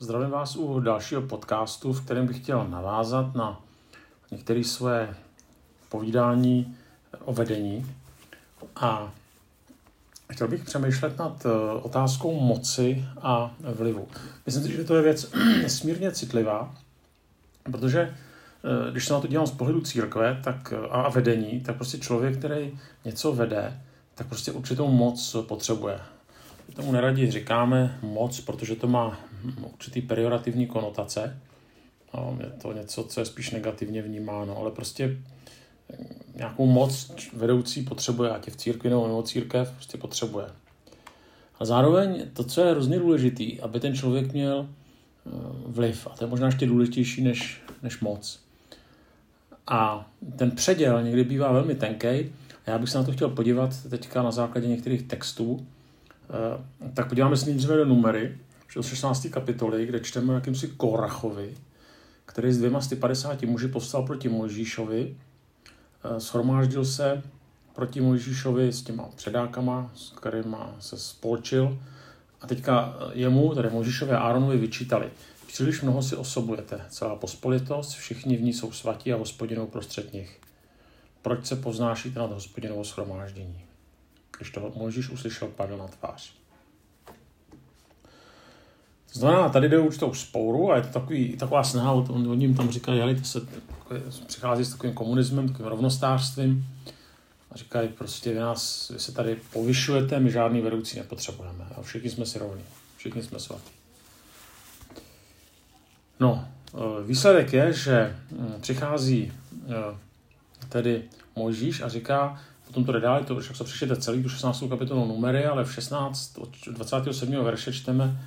Zdravím vás u dalšího podcastu, v kterém bych chtěl navázat na některé své povídání o vedení. A chtěl bych přemýšlet nad otázkou moci a vlivu. Myslím si, že to je věc nesmírně citlivá, protože když se na to dívám z pohledu církve a vedení, tak prostě člověk, který něco vede, tak prostě určitou moc potřebuje. Tomu neradi říkáme moc, protože to má určitý pejorativní konotace. No, je to něco, co je spíš negativně vnímáno, ale prostě nějakou moc vedoucí potřebuje, ať je v církvi nebo mimo církev, prostě potřebuje. A zároveň to, co je hrozně důležitý, aby ten člověk měl vliv, a to je možná ještě důležitější než moc. A ten předěl někdy bývá velmi tenký, a já bych se na to chtěl podívat teďka na základě některých textů. Tak podíváme se nejdříve do Numery, do 16. kapitoly, kde čteme o jakýmsi Korachovi, který s 250 muži povstal proti Mojžíšovi, shromáždil se proti Mojžíšovi s těma předákama, s kterými se spolčil, a teďka jemu, tedy Mojžíšovi a Áronovi, vyčítali: příliš mnoho si osobujete, celá pospolitost, všichni v ní jsou svatí a Hospodinou prostřed nich. Proč se povznášíte nad Hospodinovo shromáždění? Když to Mojžíš uslyšel, padl na tvář. To znamená, tady jde o určitou spouru a je to taková snaha, o ním tam říkají, jelite se, přichází s takovým komunismem, takovým rovnostářstvím a říkají prostě, vy se tady povyšujete, my žádný vedoucí nepotřebujeme. A všichni jsme si rovní, všichni jsme svatí. No, výsledek je, že přichází tedy Mojžíš a říká, potom to jde dál, to však se přečtěte celý tu 16. kapitolu Numery, ale v 27. verše čteme,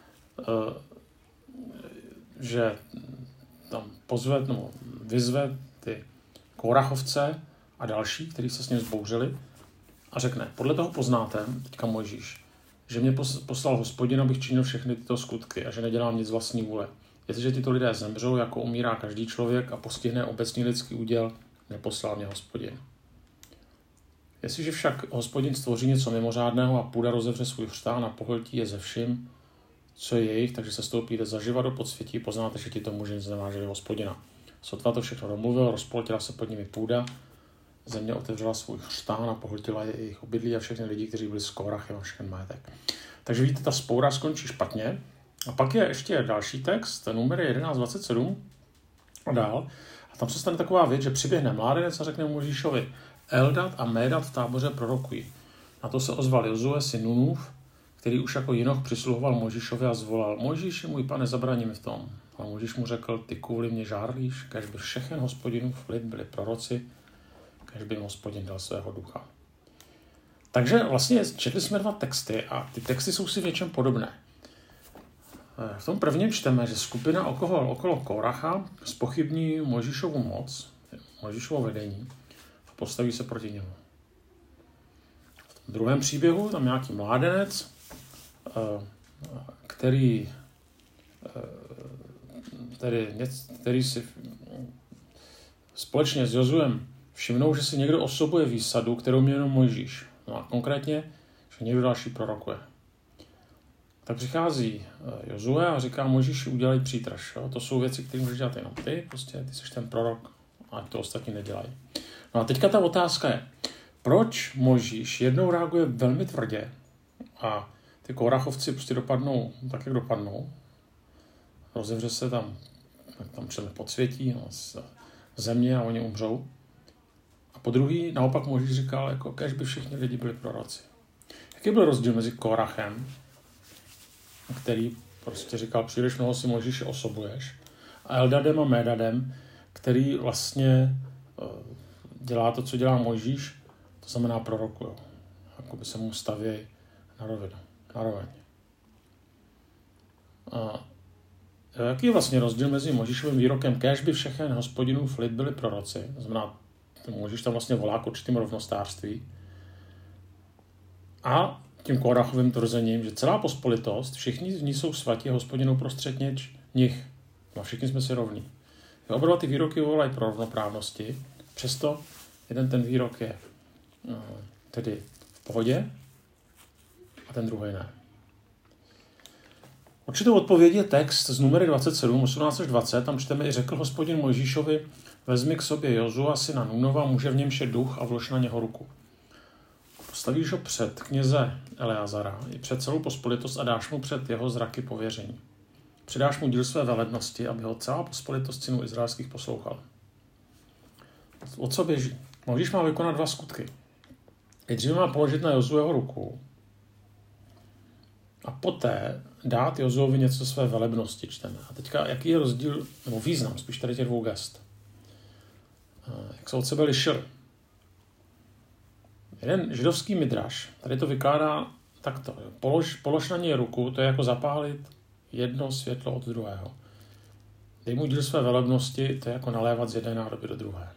že tam vyzve ty Korachovce a další, kteří se s ním zbouřili, a řekne: podle toho poznáte, teďka Mojžíš, že mě poslal Hospodin, abych činil všechny tyto skutky a že nedělám nic vlastní vůle. Jestliže tyto lidé zemřou, jako umírá každý člověk, a postihne obecný lidský úděl, neposlal mě Hospodin. Jestliže však Hospodin stvoří něco mimořádného a půda rozevře svůj chřtán a pohltí je ze vším, co je jejich, takže se stoupíte zaživa do podsvětí, poznáte, že tito muži znevážili Hospodina. Sotva to všechno domluvil, rozpoltila se pod nimi půda, země otevřela svůj chřtán a pohltila je jejich obydlí a všechny lidi, kteří byli z Korachem a všechny majetek. Takže vidíte, ta spoura skončí špatně. A pak je ještě další text, Numery 11:27 a dál. A tam se stane taková věc, že přiběhne mládenec a řekne Mojžíšovi: Eldad a Médad v táboře prorokují. Na to se ozval Jozue, syn Nunův, který už jako jinoch přisluhoval Mojžíšovi, a zvolal: Mojžíši, můj pane, zabraň mi v tom. A Mojžíš mu řekl: ty kvůli mě žárlíš, kež by všechen Hospodinův lid byli proroci, kež by jim Hospodin dal svého ducha. Takže vlastně četli jsme dva texty a ty texty jsou si v něčem podobné. V tom prvním čteme, že skupina okolo Koracha zpochybní Mojžíšovu moc, Mojžíšovo vedení, a postaví se proti němu. V tom druhém příběhu tam nějaký mládenec, který si společně s Jozuem všimnou, že si někdo osobuje výsadu, kterou měl jenom Mojžíš. No a konkrétně, že někdo další prorokuje. Tak přichází Jozue a říká: Mojžíši, udělej přítrž. Jo? To jsou věci, které můžeš dělat jenom ty, prostě ty jsi ten prorok, a to ostatní nedělají. No a teďka ta otázka je, proč Mojžíš jednou reaguje velmi tvrdě a ty Korachovci prostě dopadnou tak, jak dopadnou. Rozevře se tam před podsvětí, země, a oni umřou. A po druhý naopak Mojžíš říkal, jako kéž by všichni lidi byli proroci. Jaký byl rozdíl mezi Korachem, který prostě říkal: příliš mnoho si Mojžíši osobuješ, a Eldadem a Médadem, který vlastně dělá to, co dělá Mojžíš, to znamená prorokuje. Jakoby se mu staví na roveň. A jaký je vlastně rozdíl mezi Mojžíšovým výrokem kéž by všechen Hospodinův lid byli proroci, to znamená, Mojžíš tam vlastně volá k určitým rovnostářství, a tím Korachovým tvrzením, že celá pospolitost, všichni v ní jsou svatí, Hospodinou prostřed nich. No, všichni jsme si rovní. Oba ty výroky volají pro rovnoprávnosti, přesto jeden ten výrok je tedy v pohodě a ten druhý ne. Určitou odpověď je text z numery 27, 18 až 20, tam čteme: i řekl Hospodin Mojžíšovi, vezmi k sobě Jozua, syna Nunova, muže, v němž je duch, a vlož na něho ruku. Postavíš ho před kněze Eleazara i před celou pospolitost a dáš mu před jeho zraky pověření. Přidáš mu díl své velebnosti, aby ho celá pospolitost synů izraelských poslouchal. O co běží? Mojžíš má vykonat 2 skutky. Nejdříve má položit na Jozueho ruku a poté dát Jozuovi něco své velebnosti, čteme. A teďka, jaký je rozdíl, nebo význam spíš tady těch 2 gest? Jak se od sebe lišili? Jeden židovský midraš tady to vykládá takto. Polož na něj ruku, to je jako zapálit jedno světlo od druhého. Dej mu díl své velebnosti, to je jako nalévat z jedné nádoby do druhé.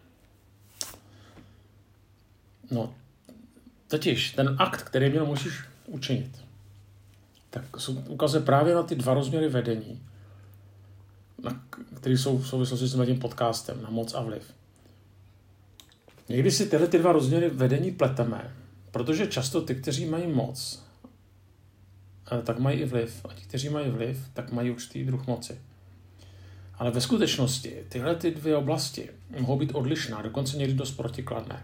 No, totiž ten akt, který měl musíš učinit, tak ukazuje právě na ty 2 rozměry vedení, které jsou v souvislosti s tím podcastem, na moc a vliv. Někdy si tyhle 2 rozměry vedení pleteme, protože často ty, kteří mají moc, tak mají i vliv. A ti, kteří mají vliv, tak mají určitý druh moci. Ale ve skutečnosti tyhle 2 oblasti mohou být odlišná, dokonce někdy dost protikladné.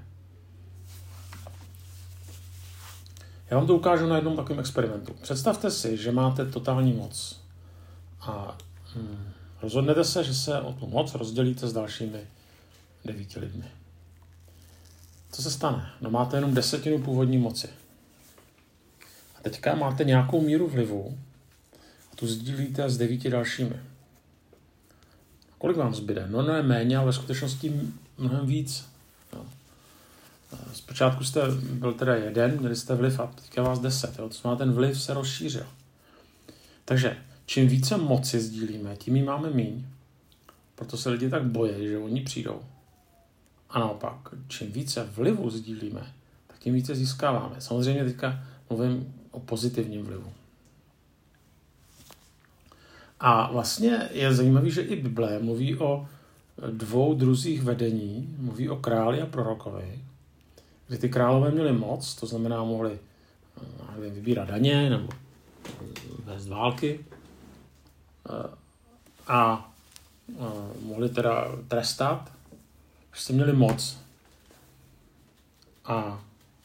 Já vám to ukážu na jednom takovém experimentu. Představte si, že máte totální moc a rozhodnete se, že se o tu moc rozdělíte s dalšími 9 lidmi. Co se stane? No, máte jenom 10% původní moci. A teďka máte nějakou míru vlivu a tu sdílíte s 9 dalšími. Kolik vám zbyde? No, ne méně, ale ve skutečnosti mnohem víc. No. Zpočátku jste byl teda 1, měli jste vliv a teďka vás 10. Jo? To znamená, ten vliv se rozšířil. Takže čím více moci sdílíme, tím ji máme míň. Proto se lidi tak bojí, že oni přijdou. A naopak, čím více vlivu sdílíme, tak tím více získáváme. Samozřejmě teďka mluvím o pozitivním vlivu. A vlastně je zajímavé, že i Bible mluví o 2 druzích vedení, mluví o králi a prorokovi, kdy ty králové měli moc, to znamená mohli vybírat daně nebo vést války a mohli teda trestat, že jste měli moc. A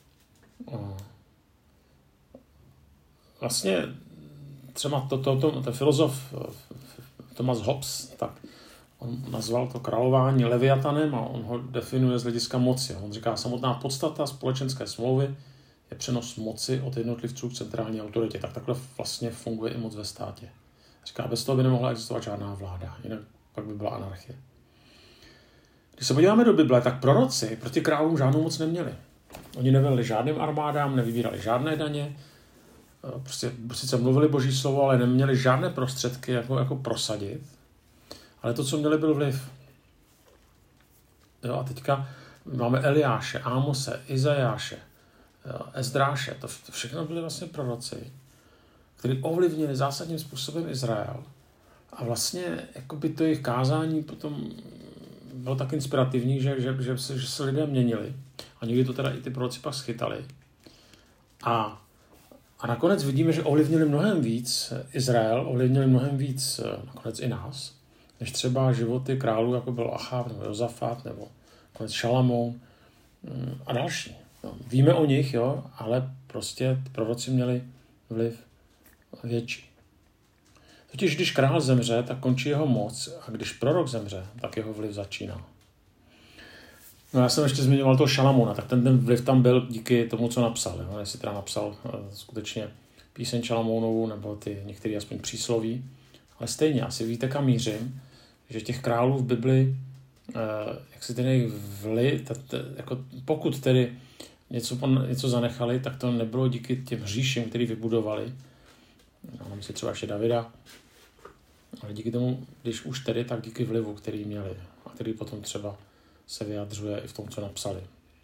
vlastně třeba ten filozof Thomas Hobbes, tak on nazval to králování leviatanem a on ho definuje z hlediska moci. On říká, samotná podstata společenské smlouvy je přenos moci od jednotlivců k centrální autoritě. Tak takhle vlastně funguje i moc ve státě. Říká, bez toho by nemohla existovat žádná vláda, jinak pak by byla anarchie. Když se podíváme do Bible, tak proroci proti králům žádnou moc neměli. Oni nevelili žádným armádám, nevybírali žádné daně, prostě sice mluvili boží slovo, ale neměli žádné prostředky, jako prosadit. Ale to, co měli, byl vliv. Jo, a teďka máme Eliáše, Ámose, Izajáše, Ezdráše. To všechno byli vlastně proroci, kteří ovlivnili zásadním způsobem Izrael. A vlastně jakoby to jejich kázání potom bylo tak inspirativní, že se lidé měnili. A někdy to teda i ty proroci pak schytali. A nakonec vidíme, že ovlivnili mnohem víc Izrael, ovlivnili mnohem víc nakonec i nás, než třeba životy králů, jako byl Achab, nebo Jozafat, nebo nakonec Šalamoun a další. No, víme o nich, jo, ale prostě proroci měli vliv větší. Totiž když král zemře, tak končí jeho moc a když prorok zemře, tak jeho vliv začíná. No já jsem ještě zmiňoval toho Šalamouna, tak ten vliv tam byl díky tomu, co napsal. Jo? Jestli teda napsal skutečně píseň Šalamounovu nebo ty některé aspoň přísloví. Ale stejně, asi víte, kam mířím, že těch králů v Bibli, jak si tedy jako pokud tedy něco zanechali, tak to nebylo díky těm hříším, který vybudovali. Mám si třeba ještě Davida, ale díky tomu, když už tedy, tak díky vlivu, který měli a který potom třeba se vyjadřuje i v tom, co napsali.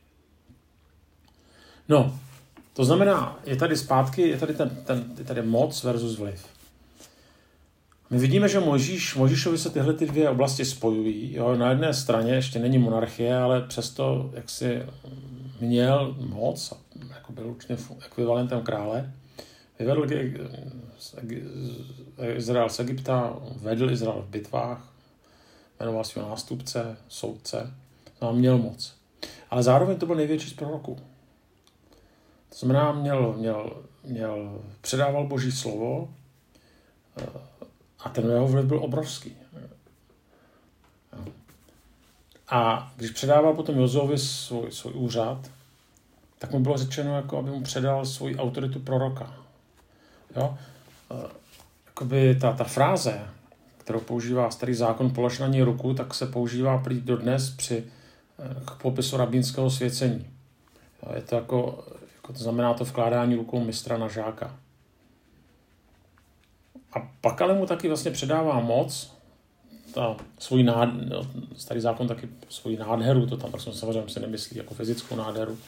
No, to znamená, je tady zpátky, je tady moc versus vliv. My vidíme, že Mojžíšovi se tyhle 2 oblasti spojují. Jo, na jedné straně ještě není monarchie, ale přesto, jak si měl moc, jako byl určitě ekvivalentem krále, vyvedl Izrael z Egypta, vedl Izrael v bitvách, jmenoval svého nástupce, soudce, a měl moc. Ale zároveň to byl největší z proroků. To znamená, předával Boží slovo a ten jeho vliv byl obrovský. A když předával potom Jozuovi svůj úřad, tak mu bylo řečeno, jako aby mu předal svoji autoritu proroka. Jo? Jakoby ta fráze, kterou používá Starý zákon, polož na ní ruku, tak se používá prý dodnes k popisu rabínského svěcení. Je to jako to znamená to vkládání rukou mistra na žáka. A pak ale mu taky vlastně předává moc, Starý zákon taky svoji nádheru, to tam prostě samozřejmě se nemyslí jako fyzickou nádheru.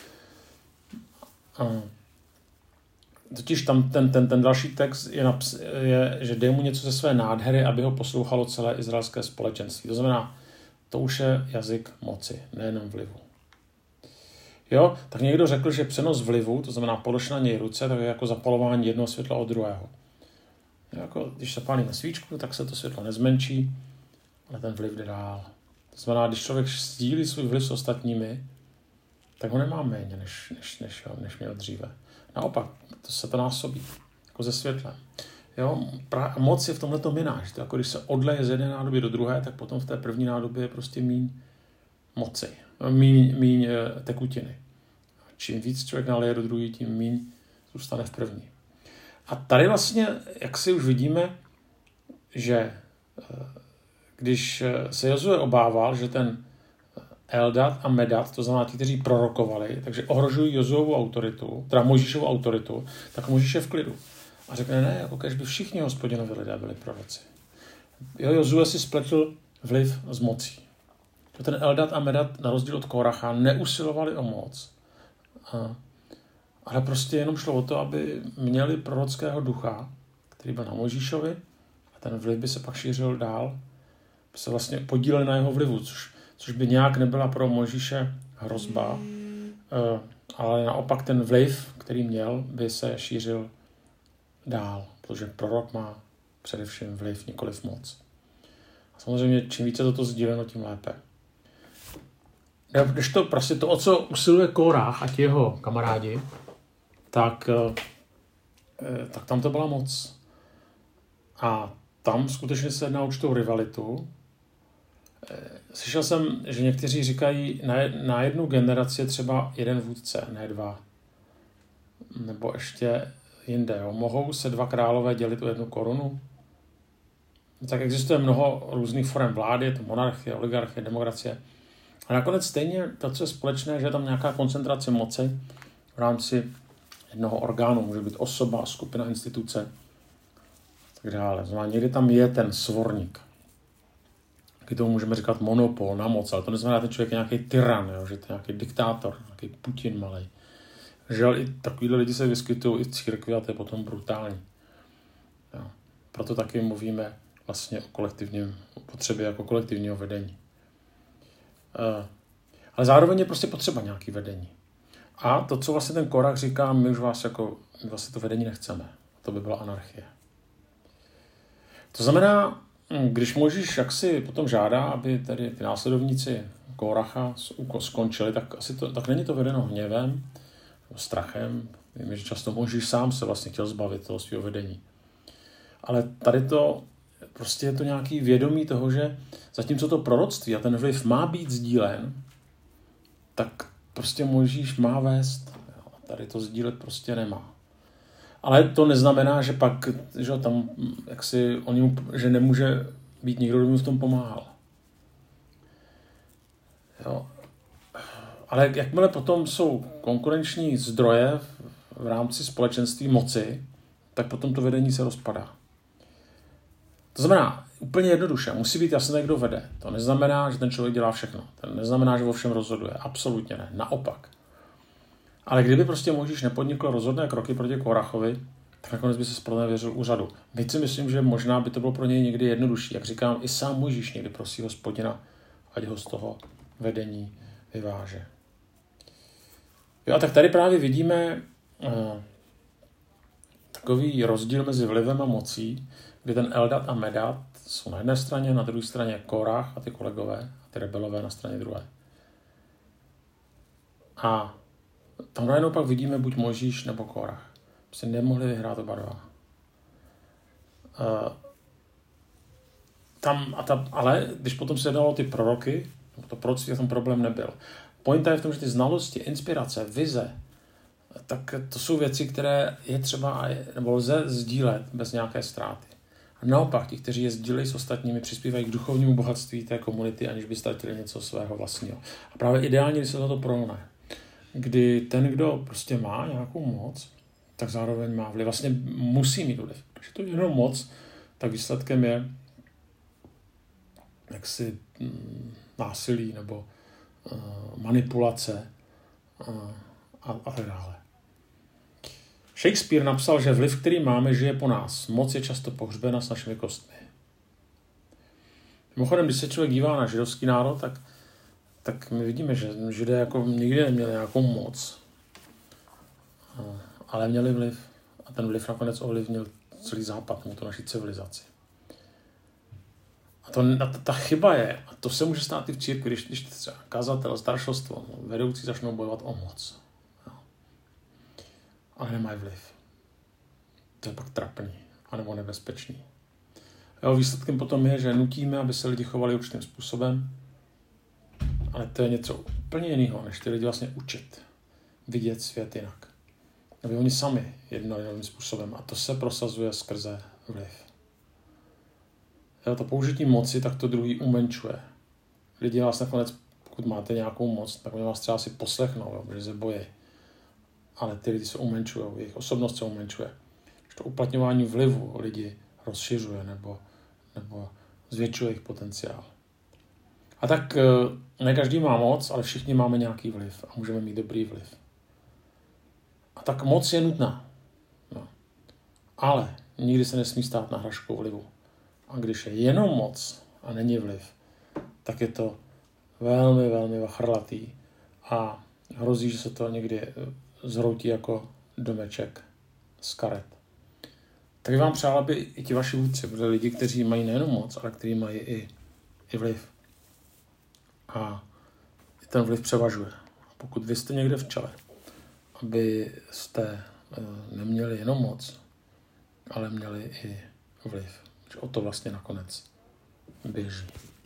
Totiž tam ten další text je, že dej mu něco ze své nádhery, aby ho poslouchalo celé izraelské společenství. To znamená, to už je jazyk moci, nejenom vlivu. Jo, tak někdo řekl, že přenos vlivu, to znamená polož na něj ruce, tak je jako zapalování jednoho světla od druhého. Jako, když zapálíme svíčku, tak se to světlo nezmenší, ale ten vliv jde dál. To znamená, když člověk sdílí svůj vliv s ostatními, tak ho nemá méně, než měl dříve. Naopak, to násobí, jako ze světlem. Jo, moc je v tomhleto mináž. To jako když se odleje z jedné nádoby do druhé, tak potom v té první nádobě je prostě míň moci, míň tekutiny. Čím víc člověk naleje do druhé, tím míň zůstane v první. A tady vlastně, jak si už vidíme, že když se Jozue obával, že ten Eldad a Medad, to znamená ti, kteří prorokovali, takže ohrožují Jozuovu autoritu, teda Mojžíšovu autoritu, tak Mojžíš je v klidu. A řekne, ne, jako když by všichni Hospodinovi lidé byli proroci. Jozue si spletl vliv s mocí. Ten Eldad a Medad, na rozdíl od Koracha, neusilovali o moc. Ale prostě jenom šlo o to, aby měli prorockého ducha, který byl na Mojžíšovi, a ten vliv by se pak šířil dál, by se vlastně podíleli na jeho vlivu, což by nějak nebyla pro Mojžíše hrozba, ale naopak ten vliv, který měl, by se šířil dál, protože prorok má především vliv, nikoliv moc. A samozřejmě, čím více toto sdíleno, tím lépe. Když to prostě to, o co usiluje Kórach a ti jeho kamarádi, tak tam to byla moc. A tam skutečně se jedná o určitou rivalitu. Slyšel jsem, že někteří říkají, na jednu generaci je třeba jeden vůdce, ne dva. Nebo ještě jinde. Jo. Mohou se dva králové dělit o 1 korunu? Tak existuje mnoho různých forem vlády, je to monarchie, oligarchie, demokracie. A nakonec stejně to, co je společné, že je tam nějaká koncentrace moci v rámci jednoho orgánu. Může být osoba, skupina, instituce, tak dále. Znamená, někdy tam je ten svorník. Taky tomu můžeme říkat monopol na moc, ale to neznamená, že ten člověk je nějaký tyran, jo? Že to je nějaký diktátor, nějaký Putin malej. Že i takovýhle lidi se vyskytují i v církvi a to je potom brutální. Jo. Proto taky mluvíme vlastně o kolektivním potřebě jako kolektivního vedení. Ale zároveň je prostě potřeba nějaký vedení. A to, co vlastně ten Kórach říká, my vlastně to vedení nechceme. To by byla anarchie. To znamená, když Mojžíš jaksi potom žádá, aby tady ty následovníci Kóracha skončili, tak není to vedeno hněvem, strachem. Víme, že často Mojžíš sám se vlastně chtěl zbavit toho svého vedení. Ale tady to prostě je to nějaký vědomí toho, že zatímco to proroctví a ten vliv má být sdílen, tak prostě Mojžíš má vést. A tady to sdílet prostě nemá. Ale to neznamená, že pak, že tam jaksi že nemůže být někdo, kdo mu v tom pomáhal. Jo. Ale jakmile potom jsou konkurenční zdroje v rámci společenství moci, tak potom to vedení se rozpadá. To znamená, úplně jednoduše, musí být jasné, kdo vede. To neznamená, že ten člověk dělá všechno. To neznamená, že o všem rozhoduje. Absolutně ne. Naopak. Ale kdyby prostě Mojžíš nepodnikl rozhodné kroky proti Kórachovi, tak nakonec by se zpronevěřil úřadu. Byť si myslím, že možná by to bylo pro něj někdy jednodušší. Jak říkám, i sám Mojžíš někdy prosí Hospodina, ať ho z toho vedení vyváže. Jo, a tak tady právě vidíme takový rozdíl mezi vlivem a mocí, kdy ten Eldad a Medad jsou na jedné straně, na druhé straně Korach a ty kolegové, a ty rebelové na straně druhé. A tam najednou pak vidíme buď Mojžíš nebo Korach. Prostě nemohli vyhrát oba dva. Ale když potom se dalo ty proroky, to proroctví, tam problém nebyl. Pointa je v tom, že ty znalosti, inspirace, vize, tak to jsou věci, které je třeba nebo lze sdílet bez nějaké ztráty. A naopak, ti, kteří je sdílejí s ostatními, přispívají k duchovnímu bohatství té komunity, aniž by ztratili něco svého vlastního. A právě ideálně, když se to prolne, kdy ten, kdo prostě má nějakou moc, tak zároveň má vliv. Vlastně musí mít vliv. Když to je jenom moc, tak výsledkem je jaksi násilí nebo manipulace a tak dále. Shakespeare napsal, že vliv, který máme, žije po nás. Moc je často pohřbena s našimi kostmi. Mimochodem, když se člověk dívá na židovský národ, tak my vidíme, že Židé jako nikdy neměli nějakou moc, ale měli vliv. A ten vliv nakonec ovlivnil celý západ, tu naši civilizaci. A ta chyba je, a to se může stát i v církvi, když třeba kazatel, staršostvo, vedoucí začnou bojovat o moc. Ale nemají vliv. To je pak trapný, anebo nebezpečný. Výsledkem potom je, že nutíme, aby se lidi chovali určitým způsobem, ale to je něco úplně jiného, než ty lidi vlastně učit, vidět svět jinak. Aby oni sami jednali způsobem. A to se prosazuje skrze vliv. To použití moci, tak to druhý umenčuje. Lidi vás nakonec, pokud máte nějakou moc, tak oni vás třeba si poslechnou, protože se bojí. Ale ty lidi se umenčují, jejich osobnost se umenčuje. Že to uplatňování vlivu lidi rozšiřuje nebo zvětšuje jejich potenciál. A tak ne každý má moc, ale všichni máme nějaký vliv a můžeme mít dobrý vliv. A tak moc je nutná. No. Ale nikdy se nesmí stát náhražkou vlivu. A když je jenom moc a není vliv, tak je to velmi, velmi vachrlatý a hrozí, že se to někdy zhroutí jako domeček z karet. Tak vám přál, aby i ti vaši vůdci byli lidi, kteří mají nejenom moc, ale kteří mají i vliv. A ten vliv převažuje. A pokud vy jste někde v čele, abyste neměli jenom moc, ale měli i vliv. O to vlastně nakonec běží.